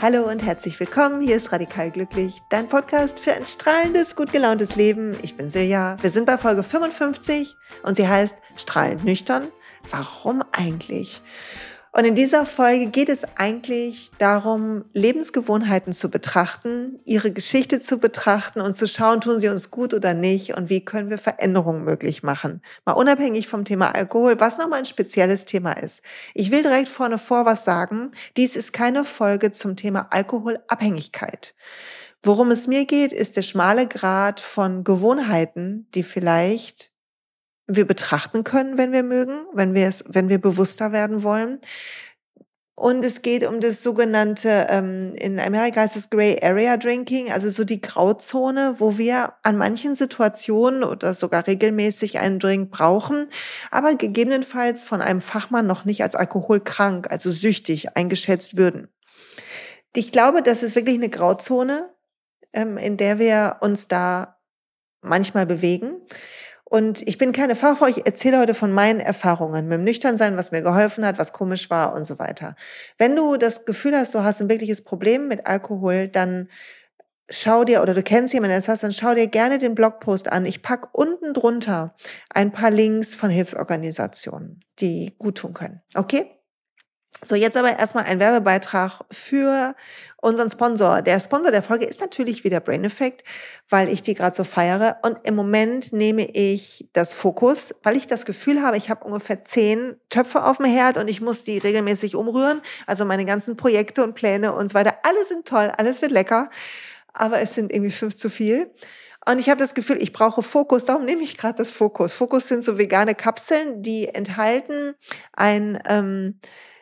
Hallo und herzlich willkommen, hier ist Radikal Glücklich, dein Podcast für ein strahlendes, gut gelauntes Leben. Ich bin Silja, wir sind bei Folge 55 und sie heißt Strahlend nüchtern. Warum eigentlich? Und in dieser Folge geht es eigentlich darum, Lebensgewohnheiten zu betrachten, ihre Geschichte zu betrachten und zu schauen, tun sie uns gut oder nicht und wie können wir Veränderungen möglich machen. Mal unabhängig vom Thema Alkohol, was nochmal ein spezielles Thema ist. Ich will direkt vorne vor was sagen. Dies ist keine Folge zum Thema Alkoholabhängigkeit. Worum es mir geht, ist der schmale Grat von Gewohnheiten, die vielleicht wir betrachten können, wenn wir mögen, wenn wir bewusster werden wollen. Und es geht um das sogenannte, in Amerika heißt es Gray Area Drinking, also so die Grauzone, wo wir an manchen Situationen oder sogar regelmäßig einen Drink brauchen, aber gegebenenfalls von einem Fachmann noch nicht als alkoholkrank, also süchtig eingeschätzt würden. Ich glaube, das ist wirklich eine Grauzone, in der wir uns da manchmal bewegen. Und ich bin keine Fachfrau, ich erzähle heute von meinen Erfahrungen mit dem Nüchternsein, was mir geholfen hat, was komisch war und so weiter. Wenn du das Gefühl hast, du hast ein wirkliches Problem mit Alkohol, dann schau dir, oder du kennst jemanden, der das hast, dann schau dir gerne den Blogpost an. Ich pack unten drunter ein paar Links von Hilfsorganisationen, die gut tun können. Okay? So, jetzt aber erstmal ein Werbebeitrag für unseren Sponsor. Der Sponsor der Folge ist natürlich wieder Brain Effect, weil ich die gerade so feiere. Und im Moment nehme ich das Fokus, weil ich das Gefühl habe, ich habe ungefähr 10 Töpfe auf dem Herd und ich muss die regelmäßig umrühren. Also meine ganzen Projekte und Pläne und so weiter. Alles sind toll, alles wird lecker, aber es sind irgendwie 5 zu viel. Und ich habe das Gefühl, ich brauche Fokus, darum nehme ich gerade das Fokus. Fokus sind so vegane Kapseln, die enthalten ein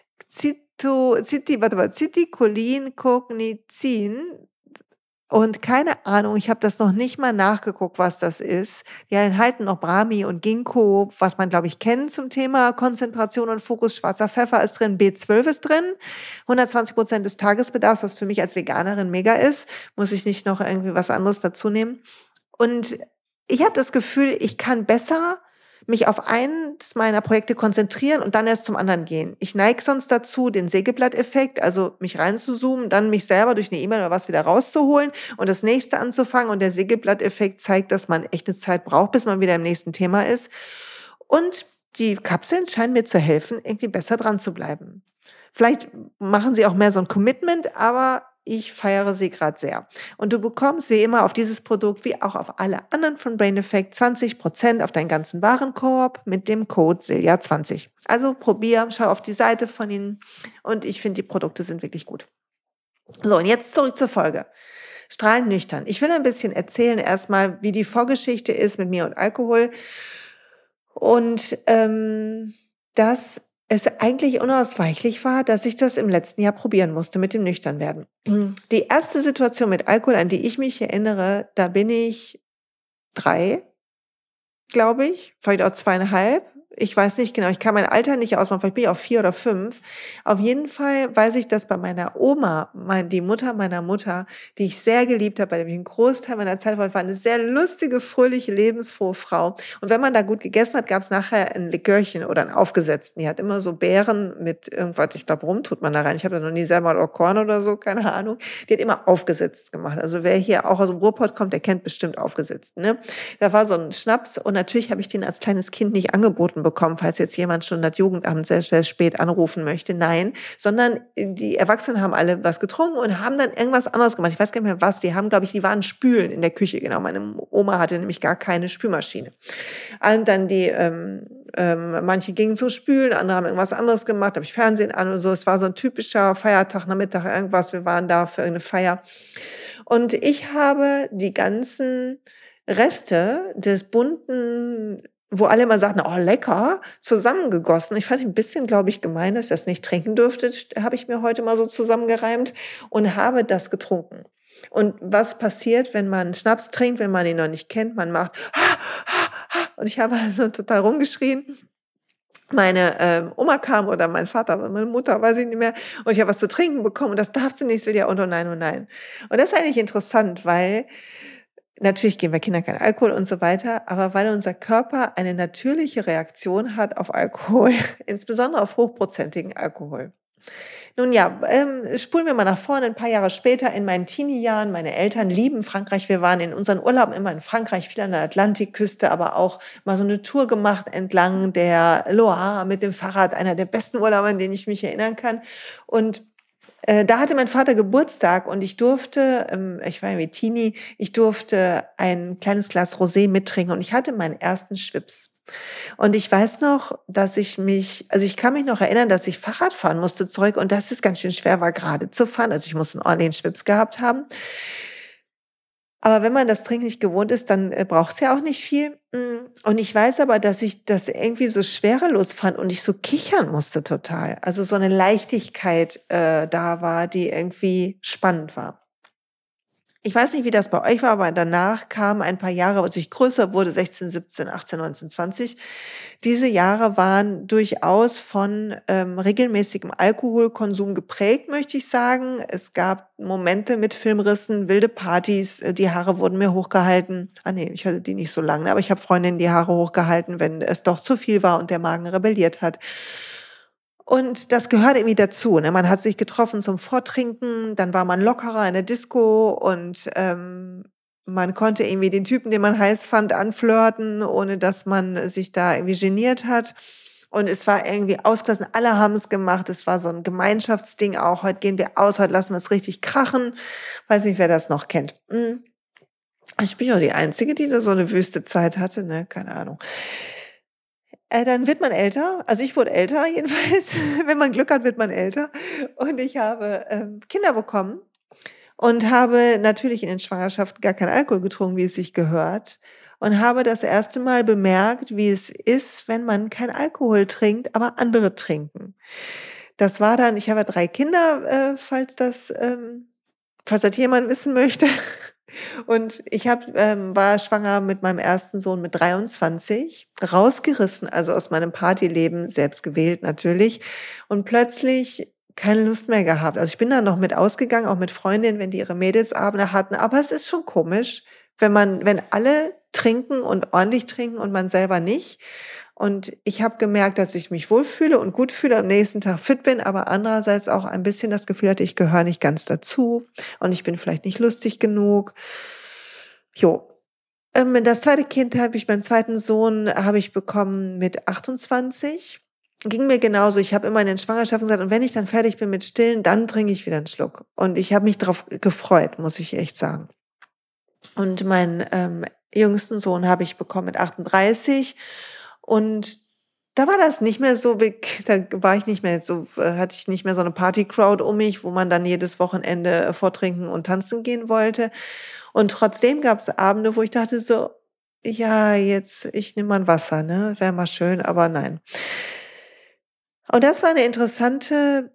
Citicoline-Cognicin und keine Ahnung, ich habe das noch nicht mal nachgeguckt, was das ist. Die enthalten noch Brahmi und Ginkgo, was man, glaube ich, kennt zum Thema Konzentration und Fokus. Schwarzer Pfeffer ist drin, B12 ist drin, 120% des Tagesbedarfs, was für mich als Veganerin mega ist. Muss ich nicht noch irgendwie was anderes dazu nehmen. Und ich habe das Gefühl, ich kann besser mich auf eins meiner Projekte konzentrieren und dann erst zum anderen gehen. Ich neige sonst dazu, den Sägeblatt-Effekt, also mich reinzuzoomen, dann mich selber durch eine E-Mail oder was wieder rauszuholen und das nächste anzufangen. Und der Sägeblatt-Effekt zeigt, dass man echt eine Zeit braucht, bis man wieder im nächsten Thema ist. Und die Kapseln scheinen mir zu helfen, irgendwie besser dran zu bleiben. Vielleicht machen sie auch mehr so ein Commitment, aber ich feiere sie gerade sehr. Und du bekommst wie immer auf dieses Produkt, wie auch auf alle anderen von Brain Effect, 20% auf deinen ganzen Warenkorb mit dem Code Silja20. Also probier, schau auf die Seite von ihnen und ich finde, die Produkte sind wirklich gut. So, und jetzt zurück zur Folge. Strahlend nüchtern. Ich will ein bisschen erzählen erstmal, wie die Vorgeschichte ist mit mir und Alkohol und dass es eigentlich unausweichlich war, dass ich das im letzten Jahr probieren musste mit dem Nüchternwerden. Die erste Situation mit Alkohol, an die ich mich erinnere, da bin ich 3, glaube ich, vielleicht auch 2,5. Ich weiß nicht genau, ich kann mein Alter nicht ausmachen, vielleicht bin ich auch 4 oder 5. Auf jeden Fall weiß ich, dass bei meiner Oma, die Mutter meiner Mutter, die ich sehr geliebt habe, bei der ich einen Großteil meiner Zeit war eine sehr lustige, fröhliche, lebensfrohe Frau. Und wenn man da gut gegessen hat, gab es nachher ein Likörchen oder einen aufgesetzten. Die hat immer so Beeren mit irgendwas, ich glaube, rum tut man da rein. Ich habe da noch nie selber oder Korn oder so, keine Ahnung. Die hat immer aufgesetzt gemacht. Also wer hier auch aus dem Ruhrpott kommt, der kennt bestimmt aufgesetzt. Ne? Da war so ein Schnaps und natürlich habe ich den als kleines Kind nicht angeboten bekommen, falls jetzt jemand schon das Jugendamt sehr, sehr spät anrufen möchte. Nein, sondern die Erwachsenen haben alle was getrunken und haben dann irgendwas anderes gemacht. Ich weiß gar nicht mehr was. Die waren spülen in der Küche. Genau, meine Oma hatte nämlich gar keine Spülmaschine. Und dann manche gingen zum Spülen, andere haben irgendwas anderes gemacht, habe ich Fernsehen an und so. Es war so ein typischer Feiertag, Nachmittag, irgendwas. Wir waren da für eine Feier. Und ich habe die ganzen Reste des bunten, wo alle immer sagten, oh lecker, zusammengegossen. Ich fand ein bisschen, glaube ich, gemein, dass ich das nicht trinken dürfte, habe ich mir heute mal so zusammengereimt und habe das getrunken. Und was passiert, wenn man Schnaps trinkt, wenn man ihn noch nicht kennt? Man macht und ich habe also total rumgeschrien. Meine Oma kam oder mein Vater, meine Mutter, weiß ich nicht mehr. Und ich habe was zu trinken bekommen und das darfst du nicht, Silja, und oh nein, oh nein. Und das ist eigentlich interessant, weil natürlich geben wir Kindern keinen Alkohol und so weiter, aber weil unser Körper eine natürliche Reaktion hat auf Alkohol, insbesondere auf hochprozentigen Alkohol. Nun ja, spulen wir mal nach vorne, ein paar Jahre später in meinen Teenie-Jahren. Meine Eltern lieben Frankreich. Wir waren in unseren Urlauben immer in Frankreich, viel an der Atlantikküste, aber auch mal so eine Tour gemacht entlang der Loire mit dem Fahrrad. Einer der besten Urlaube, an den ich mich erinnern kann. Und da hatte mein Vater Geburtstag und ich durfte, ich war irgendwie Teenie, ich durfte ein kleines Glas Rosé mittrinken und ich hatte meinen ersten Schwips. Und ich weiß noch, also ich kann mich noch erinnern, dass ich Fahrrad fahren musste zurück und dass es ganz schön schwer war, gerade zu fahren. Also ich musste einen ordentlichen Schwips gehabt haben. Aber wenn man das Trinken nicht gewohnt ist, dann braucht es ja auch nicht viel. Und ich weiß aber, dass ich das irgendwie so schwerelos fand und ich so kichern musste total. Also so eine Leichtigkeit da war, die irgendwie spannend war. Ich weiß nicht, wie das bei euch war, aber danach kamen ein paar Jahre, als ich größer wurde, 16, 17, 18, 19, 20. Diese Jahre waren durchaus von regelmäßigem Alkoholkonsum geprägt, möchte ich sagen. Es gab Momente mit Filmrissen, wilde Partys, die Haare wurden mir hochgehalten. Ah nee, ich hatte die nicht so lange, aber ich habe Freundinnen die Haare hochgehalten, wenn es doch zu viel war und der Magen rebelliert hat. Und das gehört irgendwie dazu, ne? Man hat sich getroffen zum Vortrinken, dann war man lockerer in der Disco und man konnte irgendwie den Typen, den man heiß fand, anflirten, ohne dass man sich da irgendwie geniert hat. Und es war irgendwie ausgelassen, alle haben es gemacht. Es war so ein Gemeinschaftsding auch. Heute gehen wir aus, heute lassen wir es richtig krachen. Weiß nicht, wer das noch kennt. Ich bin ja die Einzige, die da so eine wüste Zeit hatte, ne? Keine Ahnung. Dann wird man älter. Also ich wurde älter jedenfalls. Wenn man Glück hat, wird man älter. Und ich habe Kinder bekommen und habe natürlich in den Schwangerschaften gar keinen Alkohol getrunken, wie es sich gehört. Und habe das erste Mal bemerkt, wie es ist, wenn man keinen Alkohol trinkt, aber andere trinken. Das war dann, ich habe 3 Kinder, falls das jemand wissen möchte. Und ich war schwanger mit meinem ersten Sohn mit 23, rausgerissen, also aus meinem Partyleben, selbst gewählt natürlich, und plötzlich keine Lust mehr gehabt. Also ich bin dann noch mit ausgegangen, auch mit Freundinnen, wenn die ihre Mädelsabende hatten, aber es ist schon komisch, wenn alle trinken und ordentlich trinken und man selber nicht. Und ich habe gemerkt, dass ich mich wohlfühle und gut fühle, am nächsten Tag fit bin, aber andererseits auch ein bisschen das Gefühl hatte, ich gehöre nicht ganz dazu und ich bin vielleicht nicht lustig genug. Jo. Das zweite Kind meinen zweiten Sohn habe ich bekommen mit 28. Ging mir genauso. Ich habe immer in den Schwangerschaften gesagt, und wenn ich dann fertig bin mit Stillen, dann trinke ich wieder einen Schluck. Und ich habe mich darauf gefreut, muss ich echt sagen. Und meinen jüngsten Sohn habe ich bekommen mit 38. Und da war das nicht mehr so, da war ich nicht mehr so, hatte ich nicht mehr so eine Party-Crowd um mich, wo man dann jedes Wochenende vortrinken und tanzen gehen wollte. Und trotzdem gab es Abende, wo ich dachte so, ja, jetzt, ich nehme mal ein Wasser, ne? Wäre mal schön, aber nein. Und das war eine interessante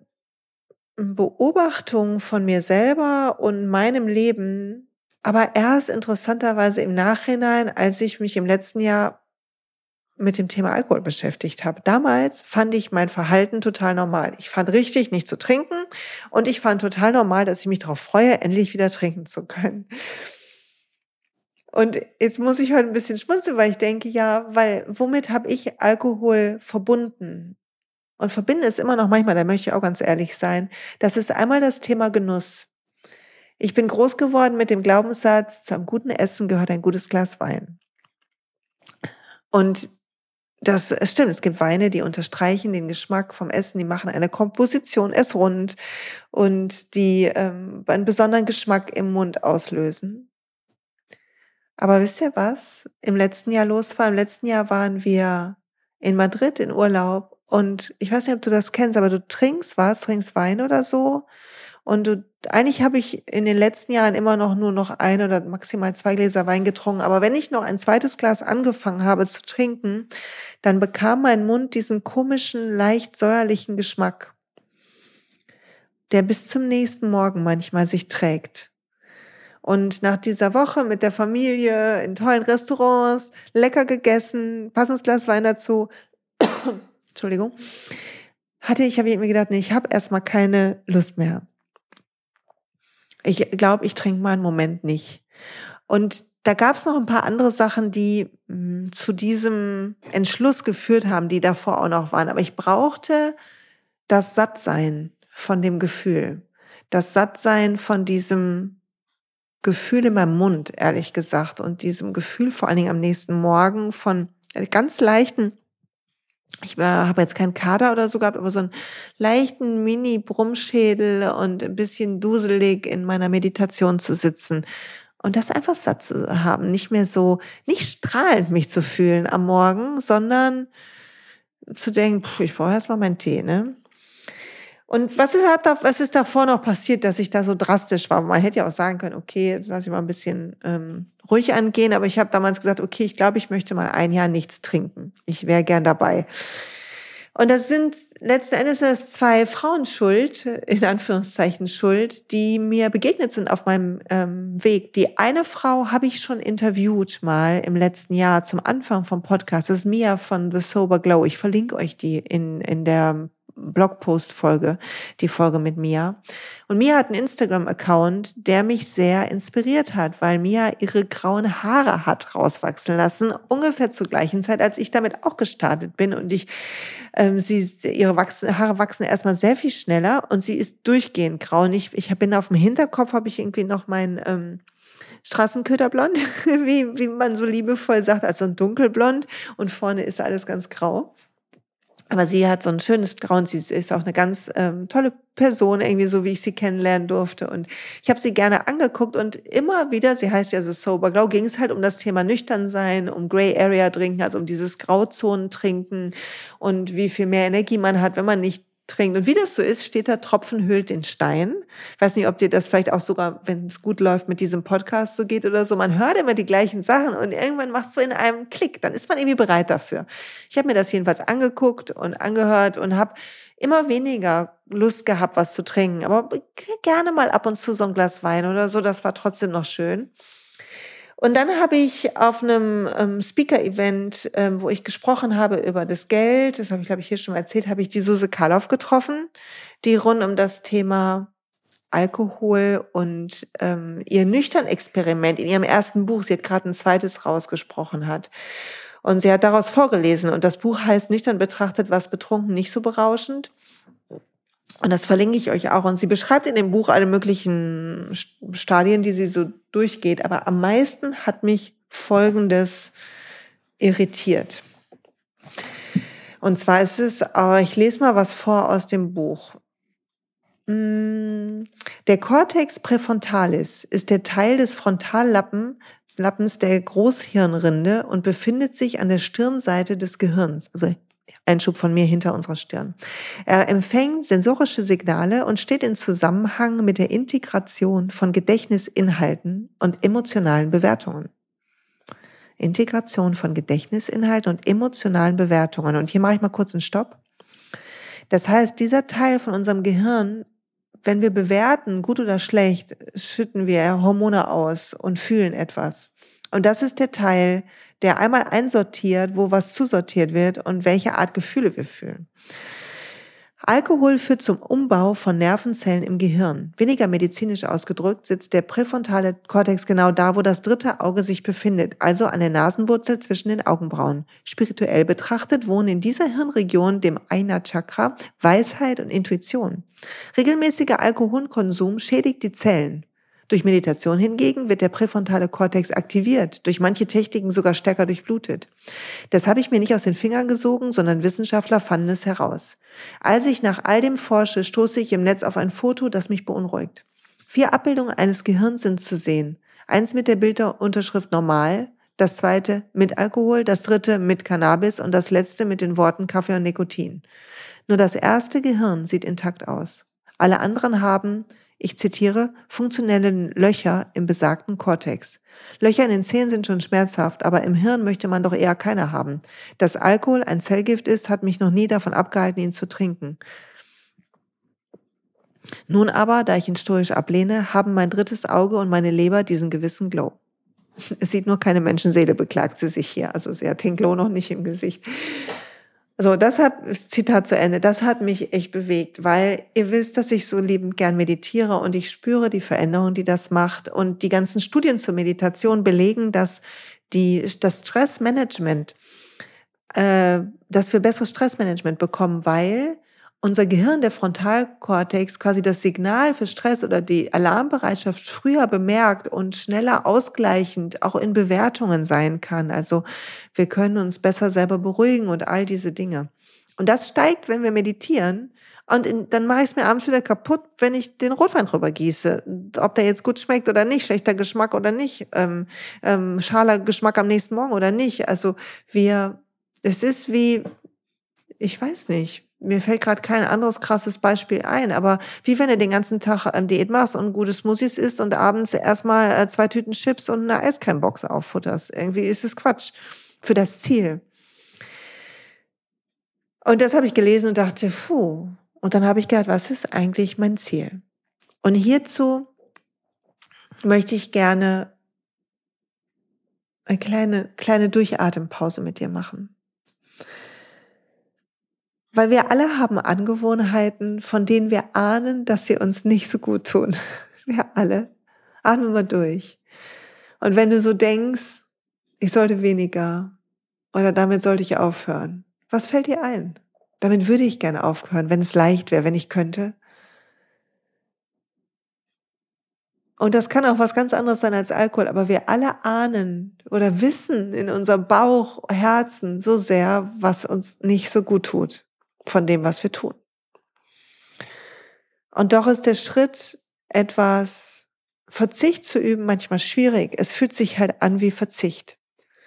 Beobachtung von mir selber und meinem Leben, aber erst interessanterweise im Nachhinein, als ich mich im letzten Jahr mit dem Thema Alkohol beschäftigt habe. Damals fand ich mein Verhalten total normal. Ich fand richtig, nicht zu trinken und ich fand total normal, dass ich mich darauf freue, endlich wieder trinken zu können. Und jetzt muss ich heute ein bisschen schmunzeln, weil ich denke, ja, weil womit habe ich Alkohol verbunden? Und verbinde es immer noch manchmal, da möchte ich auch ganz ehrlich sein. Das ist einmal das Thema Genuss. Ich bin groß geworden mit dem Glaubenssatz, zu einem guten Essen gehört ein gutes Glas Wein. Und das stimmt, es gibt Weine, die unterstreichen den Geschmack vom Essen, die machen eine Komposition erst rund und die einen besonderen Geschmack im Mund auslösen. Aber wisst ihr, was im letzten Jahr los war? Im letzten Jahr waren wir in Madrid in Urlaub und ich weiß nicht, ob du das kennst, aber du trinkst Wein oder so. Und eigentlich habe ich in den letzten Jahren immer noch nur noch 1 oder maximal 2 Gläser Wein getrunken. Aber wenn ich noch ein zweites Glas angefangen habe zu trinken, dann bekam mein Mund diesen komischen, leicht säuerlichen Geschmack, der bis zum nächsten Morgen manchmal sich trägt. Und nach dieser Woche mit der Familie in tollen Restaurants, lecker gegessen, passendes Glas Wein dazu, Entschuldigung, habe ich mir gedacht, nee, ich habe erstmal keine Lust mehr. Ich glaube, ich trinke mal einen Moment nicht. Und da gab es noch ein paar andere Sachen, die zu diesem Entschluss geführt haben, die davor auch noch waren. Aber ich brauchte das Sattsein. von dem Gefühl. Das Sattsein von diesem Gefühl in meinem Mund, ehrlich gesagt, und diesem Gefühl vor allen Dingen am nächsten Morgen von ganz leichten, ich habe jetzt keinen Kater oder so gehabt, aber so einen leichten Mini-Brummschädel und ein bisschen duselig in meiner Meditation zu sitzen und das einfach satt zu haben, nicht mehr so, nicht strahlend mich zu fühlen am Morgen, sondern zu denken, ich brauche erst mal meinen Tee, ne? Und was ist davor noch passiert, dass ich da so drastisch war? Man hätte ja auch sagen können, okay, lass ich mal ein bisschen ruhig angehen, aber ich habe damals gesagt, okay, ich glaube, ich möchte mal 1 Jahr nichts trinken. Ich wäre gern dabei. Und das sind letzten Endes 2 Frauen schuld, in Anführungszeichen schuld, die mir begegnet sind auf meinem Weg. Die eine Frau habe ich schon interviewt mal im letzten Jahr zum Anfang vom Podcast. Das ist Mia von The Sober Glow. Ich verlinke euch die in der Blogpost-Folge, die Folge mit Mia. Und Mia hat einen Instagram-Account, der mich sehr inspiriert hat, weil Mia ihre grauen Haare hat rauswachsen lassen, ungefähr zur gleichen Zeit, als ich damit auch gestartet bin. Und ihre Haare wachsen erstmal sehr viel schneller und sie ist durchgehend grau. Und ich bin auf dem Hinterkopf, habe ich irgendwie noch mein Straßenköterblond, wie man so liebevoll sagt, also ein dunkelblond und vorne ist alles ganz grau. Aber sie hat so ein schönes Grau und sie ist auch eine ganz tolle Person, irgendwie so, wie ich sie kennenlernen durfte. Und ich habe sie gerne angeguckt und immer wieder, sie heißt ja The Sober Glow, ging es halt um das Thema Nüchternsein, um Gray Area trinken, also um dieses Grauzonen trinken und wie viel mehr Energie man hat, wenn man nicht trinkt. Und wie das so ist, steht da, Tropfen höhlt den Stein. Ich weiß nicht, ob dir das vielleicht auch sogar, wenn es gut läuft, mit diesem Podcast so geht oder so. Man hört immer die gleichen Sachen und irgendwann macht es so in einem Klick. Dann ist man irgendwie bereit dafür. Ich habe mir das jedenfalls angeguckt und angehört und habe immer weniger Lust gehabt, was zu trinken. Aber gerne mal ab und zu so ein Glas Wein oder so. Das war trotzdem noch schön. Und dann habe ich auf einem Speaker-Event, wo ich gesprochen habe über das Geld, das habe ich, glaube ich, hier schon mal erzählt, habe ich die Suse Karloff getroffen, die rund um das Thema Alkohol und ihr Nüchtern-Experiment in ihrem ersten Buch, sie hat gerade ein 2. rausgesprochen hat. Und sie hat daraus vorgelesen. Und das Buch heißt Nüchtern betrachtet, was betrunken nicht so berauschend. Und das verlinke ich euch auch. Und sie beschreibt in dem Buch alle möglichen Stadien, die sie so durchgeht. Aber am meisten hat mich Folgendes irritiert. Und zwar ist es, ich lese mal was vor aus dem Buch. Der Cortex präfrontalis ist der Teil des Frontallappens der Großhirnrinde und befindet sich an der Stirnseite des Gehirns. Also Einschub von mir hinter unserer Stirn. Er empfängt sensorische Signale und steht in Zusammenhang mit der Integration von Gedächtnisinhalten und emotionalen Bewertungen. Integration von Gedächtnisinhalten und emotionalen Bewertungen. Und hier mache ich mal kurz einen Stopp. Das heißt, dieser Teil von unserem Gehirn, wenn wir bewerten, gut oder schlecht, schütten wir Hormone aus und fühlen etwas. Und das ist der Teil, der einmal einsortiert, wo was zusortiert wird und welche Art Gefühle wir fühlen. Alkohol führt zum Umbau von Nervenzellen im Gehirn. Weniger medizinisch ausgedrückt sitzt der präfrontale Kortex genau da, wo das 3. Auge sich befindet, also an der Nasenwurzel zwischen den Augenbrauen. Spirituell betrachtet wohnen in dieser Hirnregion, dem Ajna Chakra, Weisheit und Intuition. Regelmäßiger Alkoholkonsum schädigt die Zellen. Durch Meditation hingegen wird der präfrontale Kortex aktiviert, durch manche Techniken sogar stärker durchblutet. Das habe ich mir nicht aus den Fingern gesogen, sondern Wissenschaftler fanden es heraus. Als ich nach all dem forsche, stoße ich im Netz auf ein Foto, das mich beunruhigt. 4 Abbildungen eines Gehirns sind zu sehen. Eins mit der Bildunterschrift normal, das 2. mit Alkohol, das 3. mit Cannabis und das letzte mit den Worten Kaffee und Nikotin. Nur das erste Gehirn sieht intakt aus. Alle anderen haben, ich zitiere, funktionelle Löcher im besagten Kortex. Löcher in den Zähnen sind schon schmerzhaft, aber im Hirn möchte man doch eher keine haben. Dass Alkohol ein Zellgift ist, hat mich noch nie davon abgehalten, ihn zu trinken. Nun aber, da ich ihn stoisch ablehne, haben mein 3. Auge und meine Leber diesen gewissen Glow. Es sieht nur keine Menschenseele, beklagt sie sich hier. Also sie hat den Glow noch nicht im Gesicht. So, Zitat zu Ende, das hat mich echt bewegt, weil ihr wisst, dass ich so liebend gern meditiere und ich spüre die Veränderung, die das macht. Und die ganzen Studien zur Meditation belegen, dass das Stressmanagement, dass wir besseres Stressmanagement bekommen, weil unser Gehirn, der Frontalkortex, quasi das Signal für Stress oder die Alarmbereitschaft früher bemerkt und schneller ausgleichend auch in Bewertungen sein kann. Also wir können uns besser selber beruhigen und all diese Dinge. Und das steigt, wenn wir meditieren. Und dann mache ich es mir abends wieder kaputt, wenn ich den Rotwein drüber gieße. Ob der jetzt gut schmeckt oder nicht, schlechter Geschmack oder nicht, schaler Geschmack am nächsten Morgen oder nicht. Also es ist wie, ich weiß nicht, mir fällt gerade kein anderes krasses Beispiel ein, aber wie wenn du den ganzen Tag Diät machst und gute Smoothies isst und abends erstmal 2 Tüten Chips und eine Eiscremebox auffutterst. Irgendwie ist es Quatsch für das Ziel. Und das habe ich gelesen und dachte, puh. Und dann habe ich gedacht, was ist eigentlich mein Ziel? Und hierzu möchte ich gerne eine kleine Durchatempause mit dir machen. Weil wir alle haben Angewohnheiten, von denen wir ahnen, dass sie uns nicht so gut tun. Wir alle. Atmen wir durch. Und wenn du so denkst, ich sollte weniger oder damit sollte ich aufhören, was fällt dir ein? Damit würde ich gerne aufhören, wenn es leicht wäre, wenn ich könnte. Und das kann auch was ganz anderes sein als Alkohol, aber wir alle ahnen oder wissen in unserem Bauch, Herzen so sehr, was uns nicht so gut tut von dem, was wir tun. Und doch ist der Schritt, etwas Verzicht zu üben, manchmal schwierig. Es fühlt sich halt an wie Verzicht.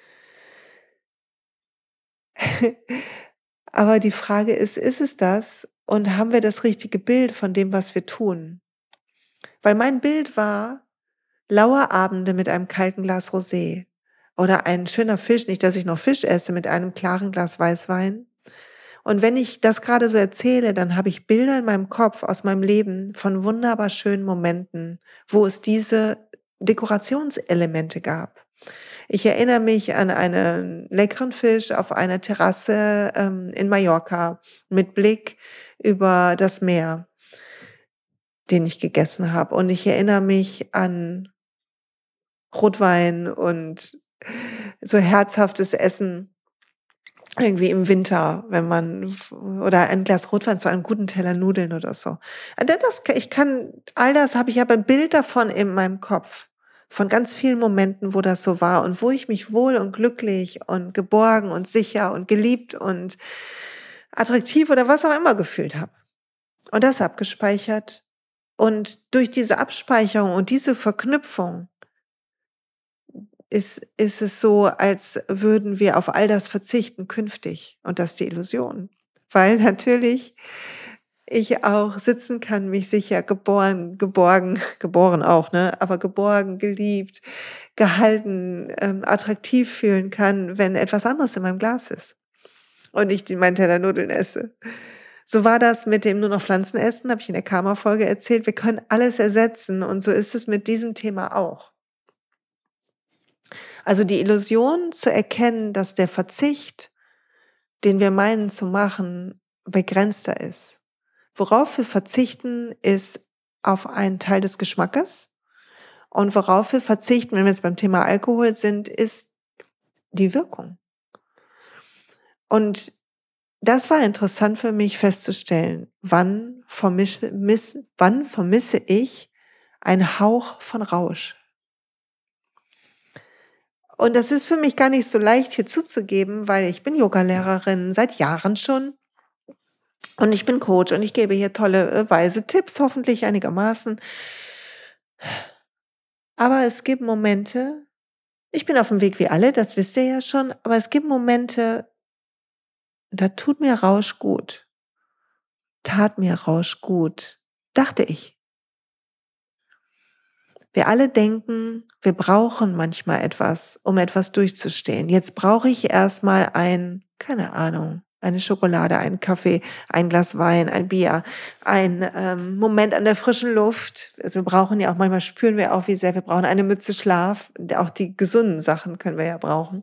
Aber die Frage ist es das? Und haben wir das richtige Bild von dem, was wir tun? Weil mein Bild war Lauerabende mit einem kalten Glas Rosé oder ein schöner Fisch, nicht, dass ich noch Fisch esse, mit einem klaren Glas Weißwein. Und wenn ich das gerade so erzähle, dann habe ich Bilder in meinem Kopf aus meinem Leben von wunderbar schönen Momenten, wo es diese Dekorationselemente gab. Ich erinnere mich an einen leckeren Fisch auf einer Terrasse in Mallorca mit Blick über das Meer, den ich gegessen habe. Und ich erinnere mich an Rotwein und so herzhaftes Essen irgendwie im Winter, wenn man, oder ein Glas Rotwein zu einem guten Teller Nudeln oder so. All das habe ich aber ein Bild davon in meinem Kopf. Von ganz vielen Momenten, wo das so war und wo ich mich wohl und glücklich und geborgen und sicher und geliebt und attraktiv oder was auch immer gefühlt habe. Und das abgespeichert. Und durch diese Abspeicherung und diese Verknüpfung ist es so, als würden wir auf all das verzichten künftig. Und das ist die Illusion. Weil natürlich ich auch sitzen kann, mich sicher geboren auch, ne? Aber geborgen, geliebt, gehalten, attraktiv fühlen kann, wenn etwas anderes in meinem Glas ist. Und ich meinen Teller Nudeln esse. So war das mit dem nur noch Pflanzen essen, habe ich in der Karma-Folge erzählt. Wir können alles ersetzen und so ist es mit diesem Thema auch. Also die Illusion zu erkennen, dass der Verzicht, den wir meinen zu machen, begrenzter ist. Worauf wir verzichten, ist auf einen Teil des Geschmackes. Und worauf wir verzichten, wenn wir jetzt beim Thema Alkohol sind, ist die Wirkung. Und das war interessant für mich festzustellen, wann vermisse ich einen Hauch von Rausch. Und das ist für mich gar nicht so leicht hier zuzugeben, weil ich bin Yogalehrerin seit Jahren schon und ich bin Coach und ich gebe hier tolle, weise Tipps, hoffentlich einigermaßen. Aber es gibt Momente, ich bin auf dem Weg wie alle, das wisst ihr ja schon, aber es gibt Momente, da tut mir Rausch gut. Tat mir Rausch gut, dachte ich. Wir alle denken, wir brauchen manchmal etwas, um etwas durchzustehen. Jetzt brauche ich erstmal keine Ahnung, eine Schokolade, einen Kaffee, ein Glas Wein, ein Bier, ein Moment an der frischen Luft. Also wir brauchen ja auch, manchmal spüren wir auch, wie sehr wir brauchen eine Mütze Schlaf. Auch die gesunden Sachen können wir ja brauchen.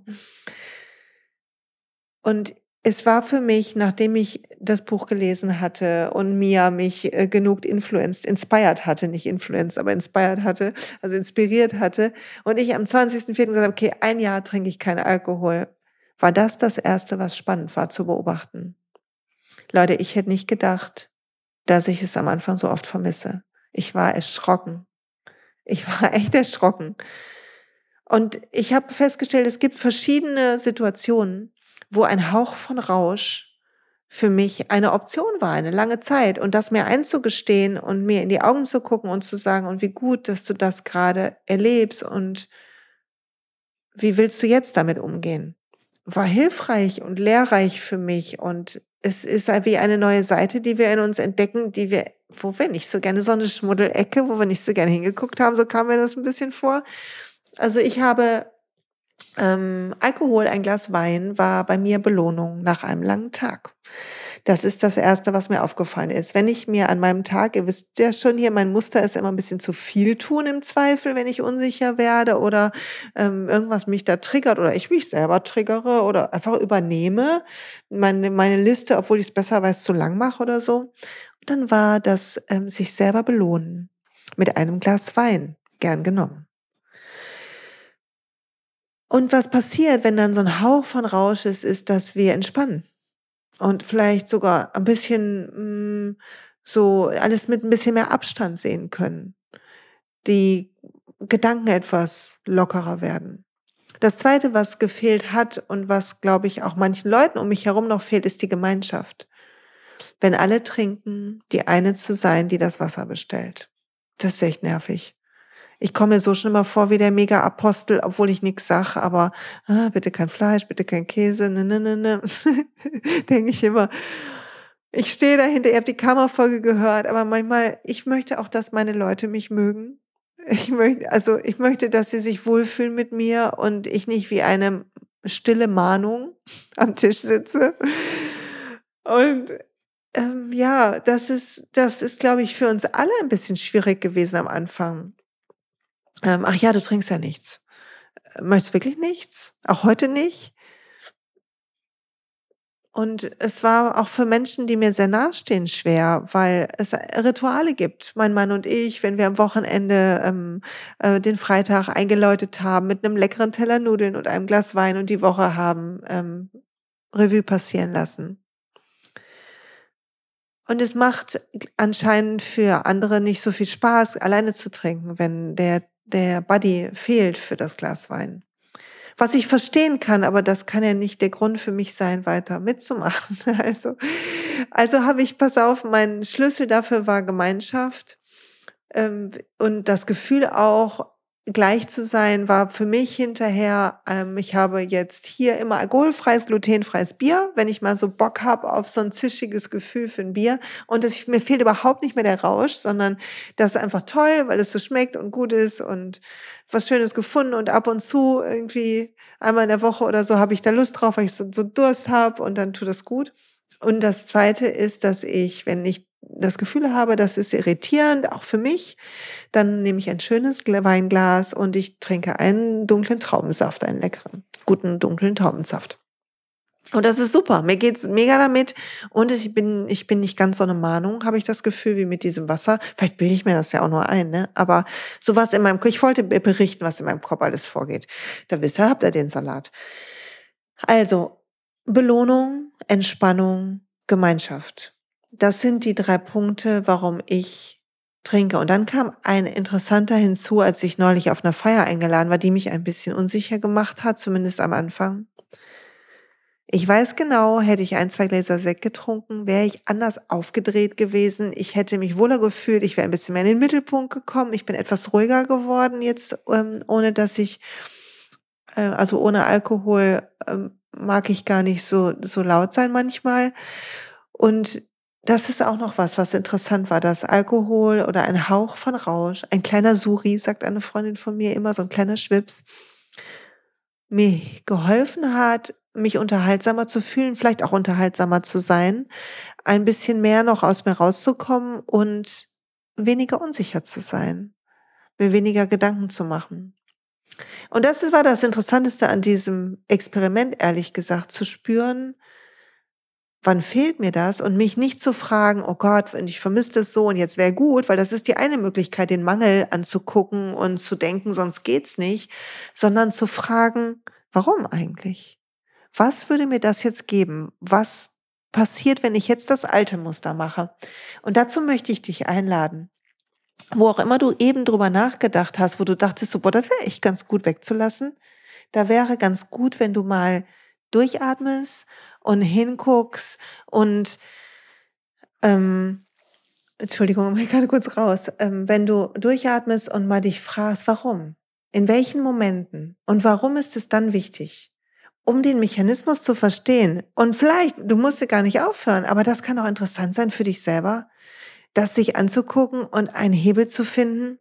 Und es war für mich, nachdem ich das Buch gelesen hatte und Mia mich genug inspired hatte, nicht influenced, aber inspired hatte, also inspiriert hatte, und ich am 20.04. gesagt habe, okay, 1 Jahr trinke ich keinen Alkohol, war das Erste, was spannend war zu beobachten. Leute, ich hätte nicht gedacht, dass ich es am Anfang so oft vermisse. Ich war erschrocken. Ich war echt erschrocken. Und ich habe festgestellt, es gibt verschiedene Situationen, wo ein Hauch von Rausch für mich eine Option war, eine lange Zeit. Und das mir einzugestehen und mir in die Augen zu gucken und zu sagen, und wie gut, dass du das gerade erlebst und wie willst du jetzt damit umgehen? War hilfreich und lehrreich für mich. Und es ist wie eine neue Seite, die wir in uns entdecken, wo wir nicht so gerne, so eine Schmuddelecke, wo wir nicht so gerne hingeguckt haben, so kam mir das ein bisschen vor. Also ich habe Alkohol, ein Glas Wein war bei mir Belohnung nach einem langen Tag. Das ist das Erste, was mir aufgefallen ist. Wenn ich mir an meinem Tag, ihr wisst ja schon hier, mein Muster ist immer ein bisschen zu viel tun im Zweifel, wenn ich unsicher werde oder irgendwas mich da triggert oder ich mich selber triggere oder einfach übernehme, meine Liste, obwohl ich es besser weiß, zu lang mache oder so. Dann war das sich selber belohnen mit einem Glas Wein, gern genommen. Und was passiert, wenn dann so ein Hauch von Rausch ist, dass wir entspannen und vielleicht sogar ein bisschen, so alles mit ein bisschen mehr Abstand sehen können. Die Gedanken etwas lockerer werden. Das Zweite, was gefehlt hat und was, glaube ich, auch manchen Leuten um mich herum noch fehlt, ist die Gemeinschaft. Wenn alle trinken, die eine zu sein, die das Wasser bestellt. Das ist echt nervig. Ich komme mir so schon immer vor wie der Mega-Apostel, obwohl ich nichts sage, aber bitte kein Fleisch, bitte kein Käse, ne. Denke ich immer. Ich stehe dahinter, ihr habt die Kammerfolge gehört, aber manchmal, ich möchte auch, dass meine Leute mich mögen. Ich möchte, dass sie sich wohlfühlen mit mir und ich nicht wie eine stille Mahnung am Tisch sitze. Und ja, das ist, glaube ich, für uns alle ein bisschen schwierig gewesen am Anfang. Ach ja, du trinkst ja nichts. Möchtest du wirklich nichts? Auch heute nicht? Und es war auch für Menschen, die mir sehr nahestehen, schwer, weil es Rituale gibt. Mein Mann und ich, wenn wir am Wochenende den Freitag eingeläutet haben mit einem leckeren Teller Nudeln und einem Glas Wein und die Woche haben Revue passieren lassen. Und es macht anscheinend für andere nicht so viel Spaß, alleine zu trinken, wenn der Buddy fehlt für das Glas Wein. Was ich verstehen kann, aber das kann ja nicht der Grund für mich sein, weiter mitzumachen. Also habe ich, pass auf, mein Schlüssel dafür war Gemeinschaft. Und das Gefühl auch, gleich zu sein, war für mich hinterher, ich habe jetzt hier immer alkoholfreies, glutenfreies Bier, wenn ich mal so Bock habe auf so ein zischiges Gefühl für ein Bier. Und mir fehlt überhaupt nicht mehr der Rausch, sondern das ist einfach toll, weil es so schmeckt und gut ist und was Schönes gefunden. Und ab und zu irgendwie einmal in der Woche oder so habe ich da Lust drauf, weil ich so Durst habe und dann tut das gut. Und das Zweite ist, dass ich, wenn ich das Gefühl habe, das ist irritierend, auch für mich, dann nehme ich ein schönes Weinglas und ich trinke einen dunklen Traubensaft, einen leckeren, guten dunklen Traubensaft. Und das ist super. Mir geht's mega damit. Und ich bin nicht ganz so eine Mahnung, habe ich das Gefühl, wie mit diesem Wasser. Vielleicht bilde ich mir das ja auch nur ein, ne? Aber sowas in meinem Kopf, ich wollte berichten, was in meinem Kopf alles vorgeht. Da habt ihr den Salat. Also, Belohnung, Entspannung, Gemeinschaft. Das sind die 3 Punkte, warum ich trinke. Und dann kam ein interessanter hinzu, als ich neulich auf einer Feier eingeladen war, die mich ein bisschen unsicher gemacht hat, zumindest am Anfang. Ich weiß genau, hätte ich 1, 2 Gläser Sekt getrunken, wäre ich anders aufgedreht gewesen. Ich hätte mich wohler gefühlt, ich wäre ein bisschen mehr in den Mittelpunkt gekommen. Ich bin etwas ruhiger geworden jetzt, ohne dass ich also ohne Alkohol mag ich gar nicht so laut sein manchmal. Und das ist auch noch was interessant war, dass Alkohol oder ein Hauch von Rausch, ein kleiner Suri, sagt eine Freundin von mir immer, so ein kleiner Schwips, mir geholfen hat, mich unterhaltsamer zu fühlen, vielleicht auch unterhaltsamer zu sein, ein bisschen mehr noch aus mir rauszukommen und weniger unsicher zu sein, mir weniger Gedanken zu machen. Und war das Interessanteste an diesem Experiment, ehrlich gesagt, zu spüren, wann fehlt mir das und mich nicht zu fragen, oh Gott, ich vermisse das so und jetzt wäre gut, weil das ist die eine Möglichkeit, den Mangel anzugucken und zu denken, sonst geht's nicht, sondern zu fragen, warum eigentlich? Was würde mir das jetzt geben? Was passiert, wenn ich jetzt das alte Muster mache? Und dazu möchte ich dich einladen. Wo auch immer du eben drüber nachgedacht hast, wo du dachtest, so, boah, das wäre echt ganz gut wegzulassen. Da wäre ganz gut, wenn du mal durchatmest und hinguckst und Entschuldigung, ich gerade kurz raus. Wenn du durchatmest und mal dich fragst, warum? In welchen Momenten? Und warum ist es dann wichtig? Um den Mechanismus zu verstehen. Und vielleicht, du musst ja gar nicht aufhören, aber das kann auch interessant sein für dich selber, das sich anzugucken und einen Hebel zu finden.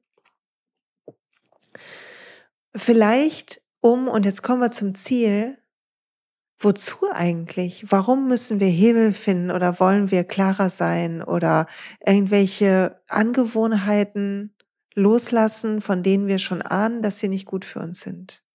Vielleicht und jetzt kommen wir zum Ziel, wozu eigentlich? Warum müssen wir Hebel finden oder wollen wir klarer sein oder irgendwelche Angewohnheiten loslassen, von denen wir schon ahnen, dass sie nicht gut für uns sind?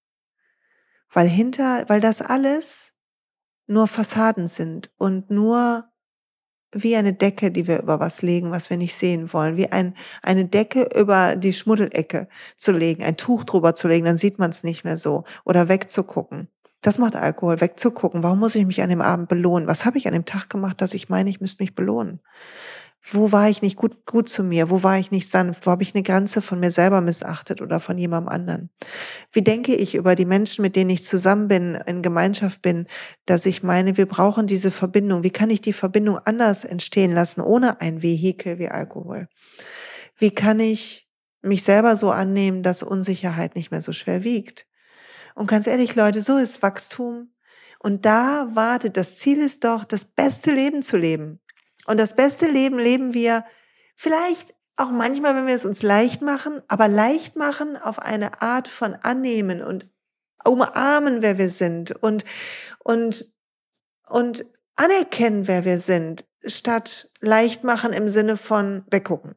Weil das alles nur Fassaden sind und nur wie eine Decke, die wir über was legen, was wir nicht sehen wollen, wie eine Decke über die Schmuddelecke zu legen, ein Tuch drüber zu legen, dann sieht man es nicht mehr so oder wegzugucken. Das macht Alkohol, wegzugucken. Warum muss ich mich an dem Abend belohnen? Was habe ich an dem Tag gemacht, dass ich meine, ich müsste mich belohnen? Wo war ich nicht gut zu mir? Wo war ich nicht sanft? Wo habe ich eine Grenze von mir selber missachtet oder von jemandem anderen? Wie denke ich über die Menschen, mit denen ich zusammen bin, in Gemeinschaft bin, dass ich meine, wir brauchen diese Verbindung. Wie kann ich die Verbindung anders entstehen lassen, ohne ein Vehikel wie Alkohol? Wie kann ich mich selber so annehmen, dass Unsicherheit nicht mehr so schwer wiegt? Und ganz ehrlich, Leute, so ist Wachstum. Und das Ziel ist doch, das beste Leben zu leben. Und das beste Leben leben wir vielleicht auch manchmal, wenn wir es uns leicht machen, aber leicht machen auf eine Art von annehmen und umarmen, wer wir sind und, und anerkennen, wer wir sind, statt leicht machen im Sinne von weggucken.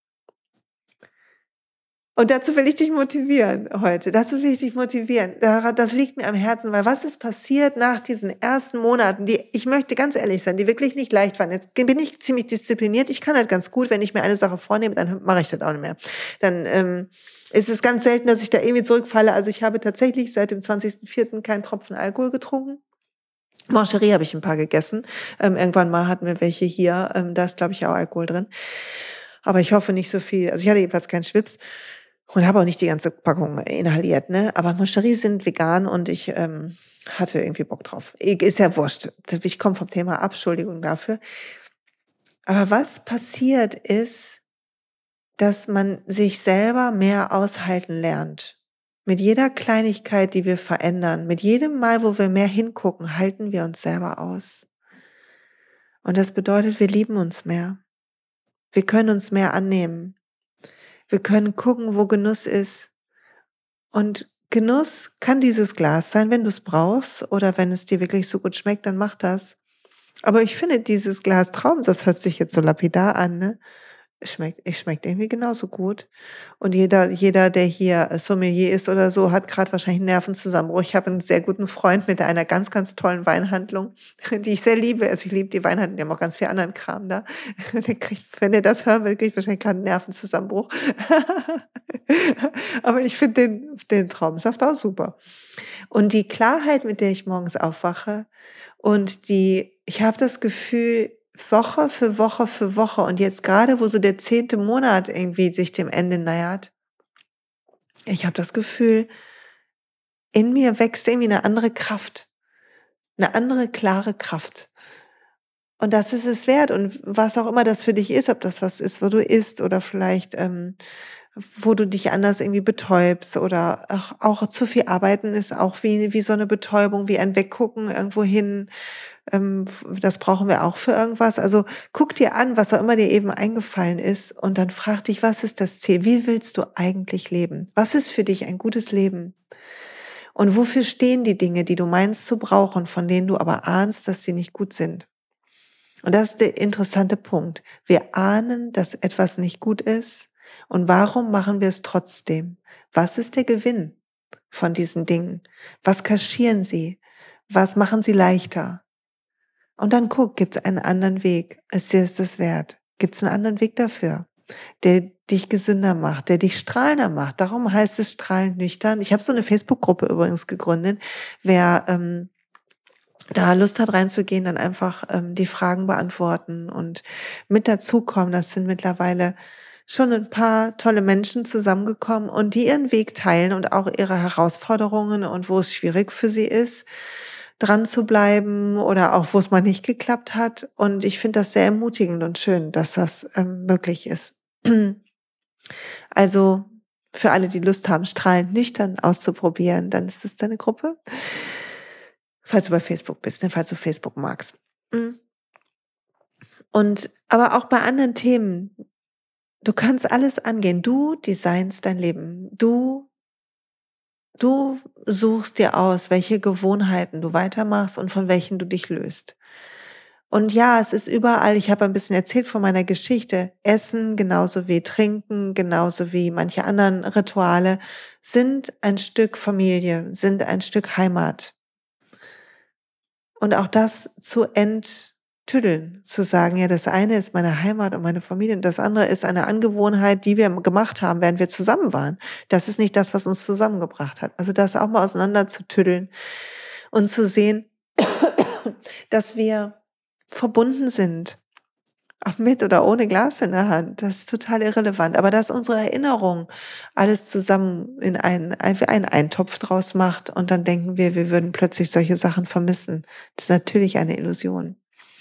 Und dazu will ich dich motivieren heute. Dazu will ich dich motivieren. Das liegt mir am Herzen, weil was ist passiert nach diesen ersten Monaten, die, ich möchte ganz ehrlich sein, die wirklich nicht leicht waren. Jetzt bin ich ziemlich diszipliniert. Ich kann halt ganz gut, wenn ich mir eine Sache vornehme, dann mache ich das auch nicht mehr. Dann ist es ganz selten, dass ich da irgendwie zurückfalle. Also ich habe tatsächlich seit dem 20.04. keinen Tropfen Alkohol getrunken. Mancherie habe ich ein paar gegessen. Irgendwann mal hatten wir welche hier. Da ist, glaube ich, auch Alkohol drin. Aber ich hoffe nicht so viel. Also ich hatte jedenfalls keinen Schwips. Und habe auch nicht die ganze Packung inhaliert, ne? Aber Moncherie sind vegan und ich hatte irgendwie Bock drauf. Ist ja wurscht. Ich komme vom Thema ab, Entschuldigung dafür. Aber was passiert ist, dass man sich selber mehr aushalten lernt. Mit jeder Kleinigkeit, die wir verändern, mit jedem Mal, wo wir mehr hingucken, halten wir uns selber aus. Und das bedeutet, wir lieben uns mehr. Wir können uns mehr annehmen. Wir können gucken, wo Genuss ist. Und Genuss kann dieses Glas sein, wenn du es brauchst oder wenn es dir wirklich so gut schmeckt, dann mach das. Aber ich finde dieses Glas Traubensaft, hört sich jetzt so lapidar an, ne? Es schmeckt irgendwie genauso gut. Und jeder, der hier Sommelier ist oder so, hat gerade wahrscheinlich einen Nervenzusammenbruch. Ich habe einen sehr guten Freund mit einer ganz, ganz tollen Weinhandlung, die ich sehr liebe. Also ich liebe die Weinhandlung, die haben auch ganz viel anderen Kram da. Wenn er das hören will, kriegt wahrscheinlich gerade einen Nervenzusammenbruch. Aber ich finde den Traubensaft auch super. Und die Klarheit, mit der ich morgens aufwache ich habe das Gefühl, Woche für Woche für Woche und jetzt gerade, wo so der 10. Monat irgendwie sich dem Ende nähert, ich habe das Gefühl, in mir wächst irgendwie eine andere Kraft, eine andere klare Kraft. Und das ist es wert. Und was auch immer das für dich ist, ob das was ist, wo du isst oder vielleicht wo du dich anders irgendwie betäubst oder auch zu viel arbeiten ist auch wie so eine Betäubung, wie ein Weggucken irgendwo hin. Das brauchen wir auch für irgendwas. Also guck dir an, was auch immer dir eben eingefallen ist und dann frag dich, was ist das Ziel? Wie willst du eigentlich leben? Was ist für dich ein gutes Leben? Und wofür stehen die Dinge, die du meinst zu brauchen, von denen du aber ahnst, dass sie nicht gut sind? Und das ist der interessante Punkt. Wir ahnen, dass etwas nicht gut ist. Und warum machen wir es trotzdem? Was ist der Gewinn von diesen Dingen? Was kaschieren sie? Was machen sie leichter? Und dann guck, gibt es einen anderen Weg? Ist dir das wert? Gibt es einen anderen Weg dafür, der dich gesünder macht, der dich strahlender macht? Darum heißt es strahlend nüchtern. Ich habe so eine Facebook-Gruppe übrigens gegründet. Wer da Lust hat reinzugehen, dann einfach die Fragen beantworten und mit dazukommen. Das sind mittlerweile schon ein paar tolle Menschen zusammengekommen und die ihren Weg teilen und auch ihre Herausforderungen und wo es schwierig für sie ist, dran zu bleiben oder auch wo es mal nicht geklappt hat. Und ich finde das sehr ermutigend und schön, dass das möglich ist. Also für alle, die Lust haben, strahlend nüchtern auszuprobieren, dann ist das deine Gruppe. Falls du bei Facebook bist, ne, falls du Facebook magst. Mhm. Und aber auch bei anderen Themen, du kannst alles angehen. Du designst dein Leben. Du suchst dir aus, welche Gewohnheiten du weitermachst und von welchen du dich löst. Und ja, es ist überall, ich habe ein bisschen erzählt von meiner Geschichte, Essen genauso wie Trinken, genauso wie manche anderen Rituale, sind ein Stück Familie, sind ein Stück Heimat. Und auch das zu enttüddeln, zu sagen, ja, das eine ist meine Heimat und meine Familie und das andere ist eine Angewohnheit, die wir gemacht haben, während wir zusammen waren. Das ist nicht das, was uns zusammengebracht hat. Also das auch mal auseinander zu tüddeln und zu sehen, dass wir verbunden sind, auch mit oder ohne Glas in der Hand. Das ist total irrelevant. Aber dass unsere Erinnerung alles zusammen in einen Eintopf draus macht und dann denken wir würden plötzlich solche Sachen vermissen. Das ist natürlich eine Illusion.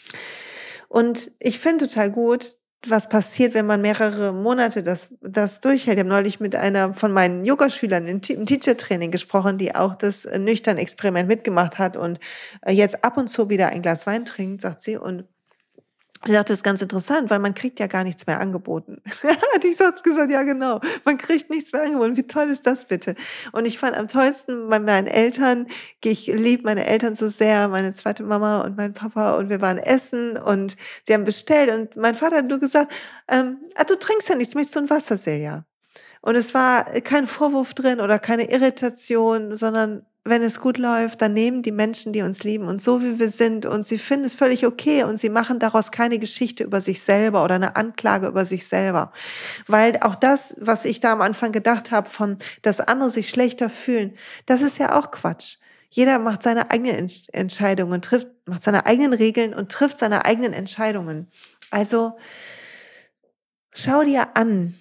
Und ich finde total gut, was passiert, wenn man mehrere Monate das durchhält. Ich habe neulich mit einer von meinen Yogaschülern im Teacher-Training gesprochen, die auch das Nüchtern-Experiment mitgemacht hat und jetzt ab und zu wieder ein Glas Wein trinkt, sagt sie. Und sie sagte, das ist ganz interessant, weil man kriegt ja gar nichts mehr angeboten. Hat ich hat gesagt, ja genau, man kriegt nichts mehr angeboten. Wie toll ist das bitte? Und ich fand am tollsten bei meinen Eltern, ich liebe meine Eltern so sehr, meine zweite Mama und mein Papa und wir waren essen und sie haben bestellt und mein Vater hat nur gesagt, du trinkst ja nichts, möchtest du ein Wasser, Silja? Und es war kein Vorwurf drin oder keine Irritation, sondern wenn es gut läuft, dann nehmen die Menschen, die uns lieben und so wie wir sind und sie finden es völlig okay und sie machen daraus keine Geschichte über sich selber oder eine Anklage über sich selber. Weil auch das, was ich da am Anfang gedacht habe, von, dass andere sich schlechter fühlen, das ist ja auch Quatsch. Jeder macht seine eigenen Entscheidungen, macht seine eigenen Regeln und trifft seine eigenen Entscheidungen. Also schau dir an,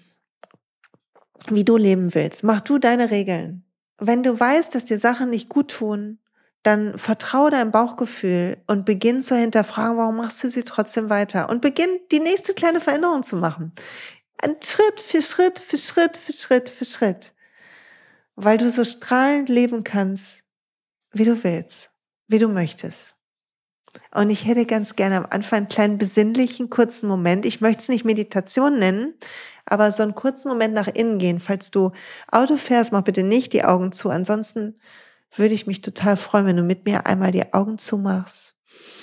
wie du leben willst. Mach du deine Regeln. Wenn du weißt, dass dir Sachen nicht gut tun, dann vertraue deinem Bauchgefühl und beginn zu hinterfragen, warum machst du sie trotzdem weiter? Und beginn die nächste kleine Veränderung zu machen. Ein Schritt für Schritt, für Schritt, für Schritt, für Schritt. Weil du so strahlend leben kannst, wie du willst, wie du möchtest. Und ich hätte ganz gerne am Anfang einen kleinen besinnlichen, kurzen Moment. Ich möchte es nicht Meditation nennen, aber so einen kurzen Moment nach innen gehen. Falls du Auto fährst, mach bitte nicht die Augen zu. Ansonsten würde ich mich total freuen, wenn du mit mir einmal die Augen zumachst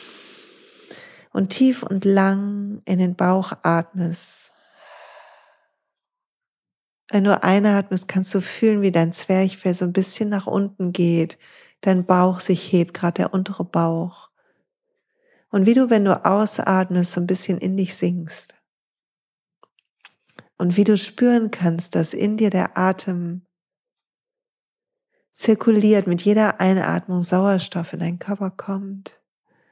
und tief und lang in den Bauch atmest. Wenn du einatmest, kannst du fühlen, wie dein Zwerchfell so ein bisschen nach unten geht, dein Bauch sich hebt, gerade der untere Bauch. Und wie du, wenn du ausatmest, so ein bisschen in dich sinkst. Und wie du spüren kannst, dass in dir der Atem zirkuliert, mit jeder Einatmung Sauerstoff in deinen Körper kommt.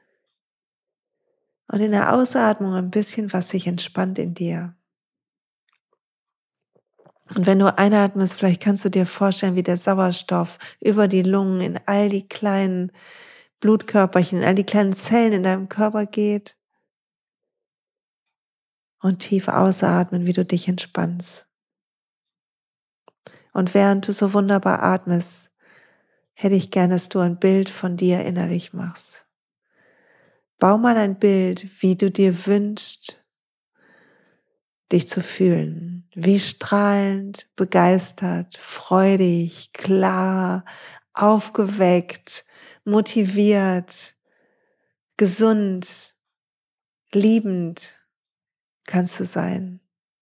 Und in der Ausatmung ein bisschen was sich entspannt in dir. Und wenn du einatmest, vielleicht kannst du dir vorstellen, wie der Sauerstoff über die Lungen in all die kleinen Blutkörperchen, in all die kleinen Zellen in deinem Körper geht. Und tief ausatmen, wie du dich entspannst. Und während du so wunderbar atmest, hätte ich gerne, dass du ein Bild von dir innerlich machst. Bau mal ein Bild, wie du dir wünschst, dich zu fühlen. Wie strahlend, begeistert, freudig, klar, aufgeweckt, motiviert, gesund, liebend kannst du sein.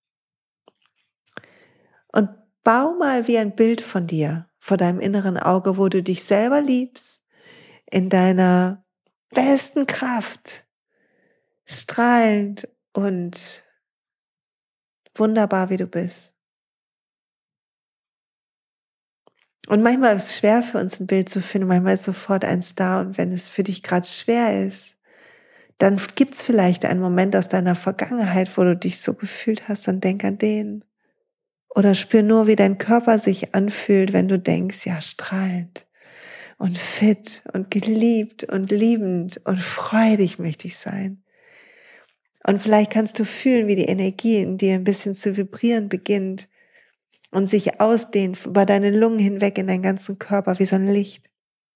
Und bau mal wie ein Bild von dir, vor deinem inneren Auge, wo du dich selber liebst, in deiner besten Kraft, strahlend und wunderbar, wie du bist. Und manchmal ist es schwer für uns ein Bild zu finden, manchmal ist sofort eins da und wenn es für dich gerade schwer ist, dann gibt's vielleicht einen Moment aus deiner Vergangenheit, wo du dich so gefühlt hast, dann denk an den. Oder spür nur, wie dein Körper sich anfühlt, wenn du denkst, ja, strahlend und fit und geliebt und liebend und freudig möchte ich sein. Und vielleicht kannst du fühlen, wie die Energie in dir ein bisschen zu vibrieren beginnt und sich ausdehnt über deine Lungen hinweg in deinen ganzen Körper wie so ein Licht.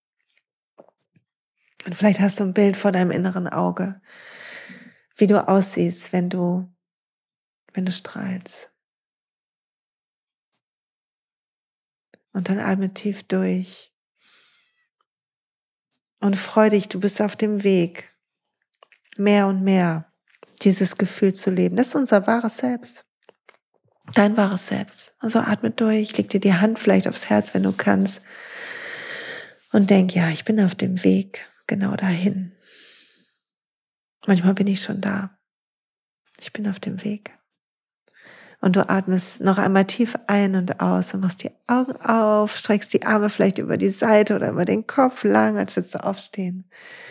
Und vielleicht hast du ein Bild vor deinem inneren Auge, wie du aussiehst, wenn du strahlst. Und dann atme tief durch und freu dich, du bist auf dem Weg, mehr und mehr dieses Gefühl zu leben. Das ist unser wahres Selbst. Dein wahres Selbst. Also atme durch, leg dir die Hand vielleicht aufs Herz, wenn du kannst. Und denk, ja, ich bin auf dem Weg genau dahin. Manchmal bin ich schon da. Ich bin auf dem Weg. Und du atmest noch einmal tief ein und aus und machst die Augen auf, streckst die Arme vielleicht über die Seite oder über den Kopf lang, als würdest du aufstehen.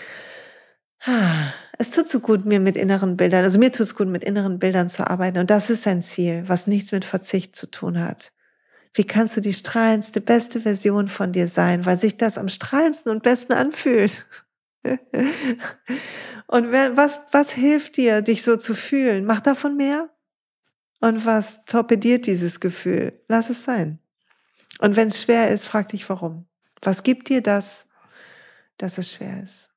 Es tut so gut, mir tut es gut, mit inneren Bildern zu arbeiten. Und das ist ein Ziel, was nichts mit Verzicht zu tun hat. Wie kannst du die strahlendste, beste Version von dir sein, weil sich das am strahlendsten und besten anfühlt? Und was hilft dir, dich so zu fühlen? Mach davon mehr. Und was torpediert dieses Gefühl? Lass es sein. Und wenn es schwer ist, frag dich warum. Was gibt dir das, dass es schwer ist?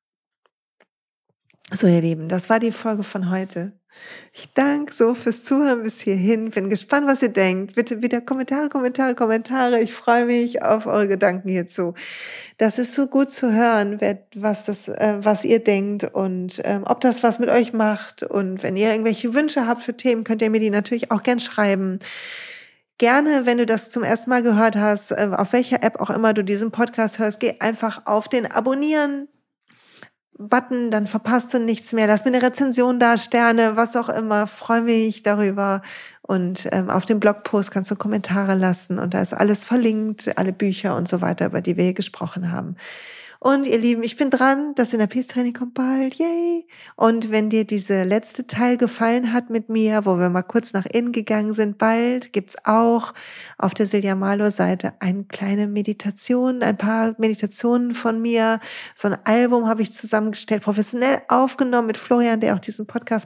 So, ihr Lieben, das war die Folge von heute. Ich danke so fürs Zuhören bis hierhin. Bin gespannt, was ihr denkt. Bitte wieder Kommentare. Ich freue mich auf eure Gedanken hierzu. Das ist so gut zu hören, was ihr denkt und ob das was mit euch macht. Und wenn ihr irgendwelche Wünsche habt für Themen, könnt ihr mir die natürlich auch gern schreiben. Gerne, wenn du das zum ersten Mal gehört hast, auf welcher App auch immer du diesen Podcast hörst, geh einfach auf den Abonnieren-Button, dann verpasst du nichts mehr. Lass mir eine Rezension da, Sterne, was auch immer. Freue mich darüber. Und auf dem Blogpost kannst du Kommentare lassen und da ist alles verlinkt, alle Bücher und so weiter, über die wir hier gesprochen haben. Und ihr Lieben, ich bin dran, das Inner Peace Training kommt bald, yay! Und wenn dir diese letzte Teil gefallen hat mit mir, wo wir mal kurz nach innen gegangen sind, bald gibt's auch auf der Silja Malo Seite eine kleine Meditation, ein paar Meditationen von mir. So ein Album habe ich zusammengestellt, professionell aufgenommen mit Florian, der auch diesen Podcast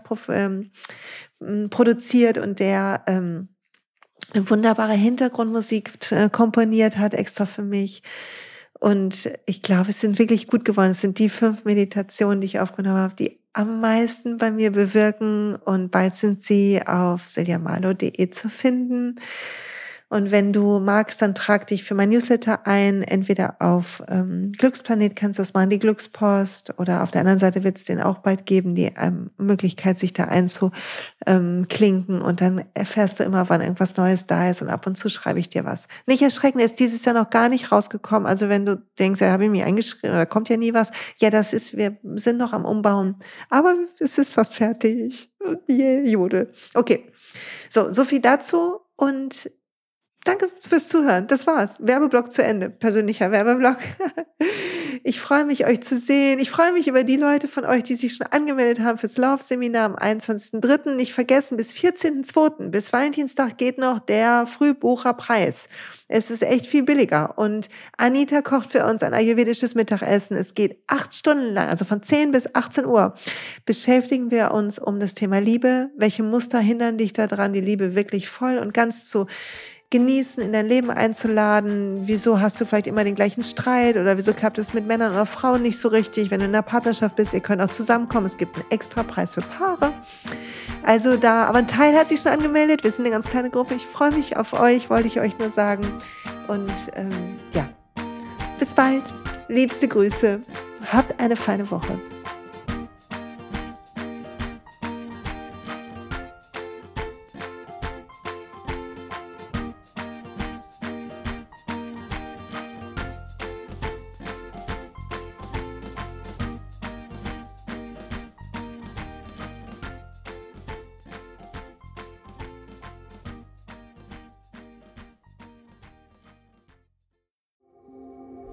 produziert und der eine wunderbare Hintergrundmusik komponiert hat, extra für mich. Und ich glaube, es sind wirklich gut geworden. Es sind die 5 Meditationen, die ich aufgenommen habe, die am meisten bei mir bewirken. Und bald sind sie auf siljamalo.de zu finden. Und wenn du magst, dann trag dich für mein Newsletter ein. Entweder auf Glücksplanet kannst du das machen, die Glückspost. Oder auf der anderen Seite wird es den auch bald geben, die Möglichkeit, sich da einzuklinken. Und dann erfährst du immer, wann irgendwas Neues da ist. Und ab und zu schreibe ich dir was. Nicht erschrecken, ist dieses Jahr noch gar nicht rausgekommen. Also wenn du denkst, ja, habe ich mich eingeschrieben oder kommt ja nie was. Ja, wir sind noch am Umbauen. Aber es ist fast fertig. Yeah, Jodel. Okay, so viel dazu und danke fürs Zuhören. Das war's. Werbeblock zu Ende. Persönlicher Werbeblock. Ich freue mich, euch zu sehen. Ich freue mich über die Leute von euch, die sich schon angemeldet haben fürs Laufseminar am 21.03. Nicht vergessen, bis 14.02. Bis Valentinstag geht noch der Frühbucherpreis. Es ist echt viel billiger. Und Anita kocht für uns ein ayurvedisches Mittagessen. Es geht 8 Stunden lang, also von 10 bis 18 Uhr, beschäftigen wir uns um das Thema Liebe. Welche Muster hindern dich daran, die Liebe wirklich voll und ganz zu genießen, in dein Leben einzuladen? Wieso hast du vielleicht immer den gleichen Streit oder wieso klappt es mit Männern oder Frauen nicht so richtig? Wenn du in einer Partnerschaft bist, ihr könnt auch zusammenkommen. Es gibt einen extra Preis für Paare. Also aber ein Teil hat sich schon angemeldet. Wir sind eine ganz kleine Gruppe. Ich freue mich auf euch, wollte ich euch nur sagen. Und ja, bis bald. Liebste Grüße. Habt eine feine Woche.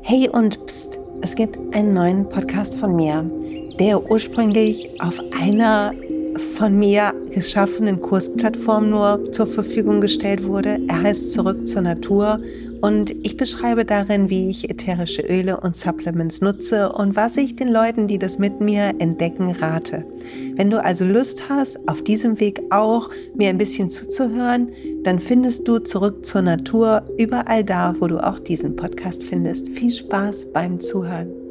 Hey und pst, es gibt einen neuen Podcast von mir, der ursprünglich auf einer von mir geschaffenen Kursplattform nur zur Verfügung gestellt wurde. Er heißt Zurück zur Natur und ich beschreibe darin, wie ich ätherische Öle und Supplements nutze und was ich den Leuten, die das mit mir entdecken, rate. Wenn du also Lust hast, auf diesem Weg auch mir ein bisschen zuzuhören, dann findest du Zurück zur Natur überall da, wo du auch diesen Podcast findest. Viel Spaß beim Zuhören.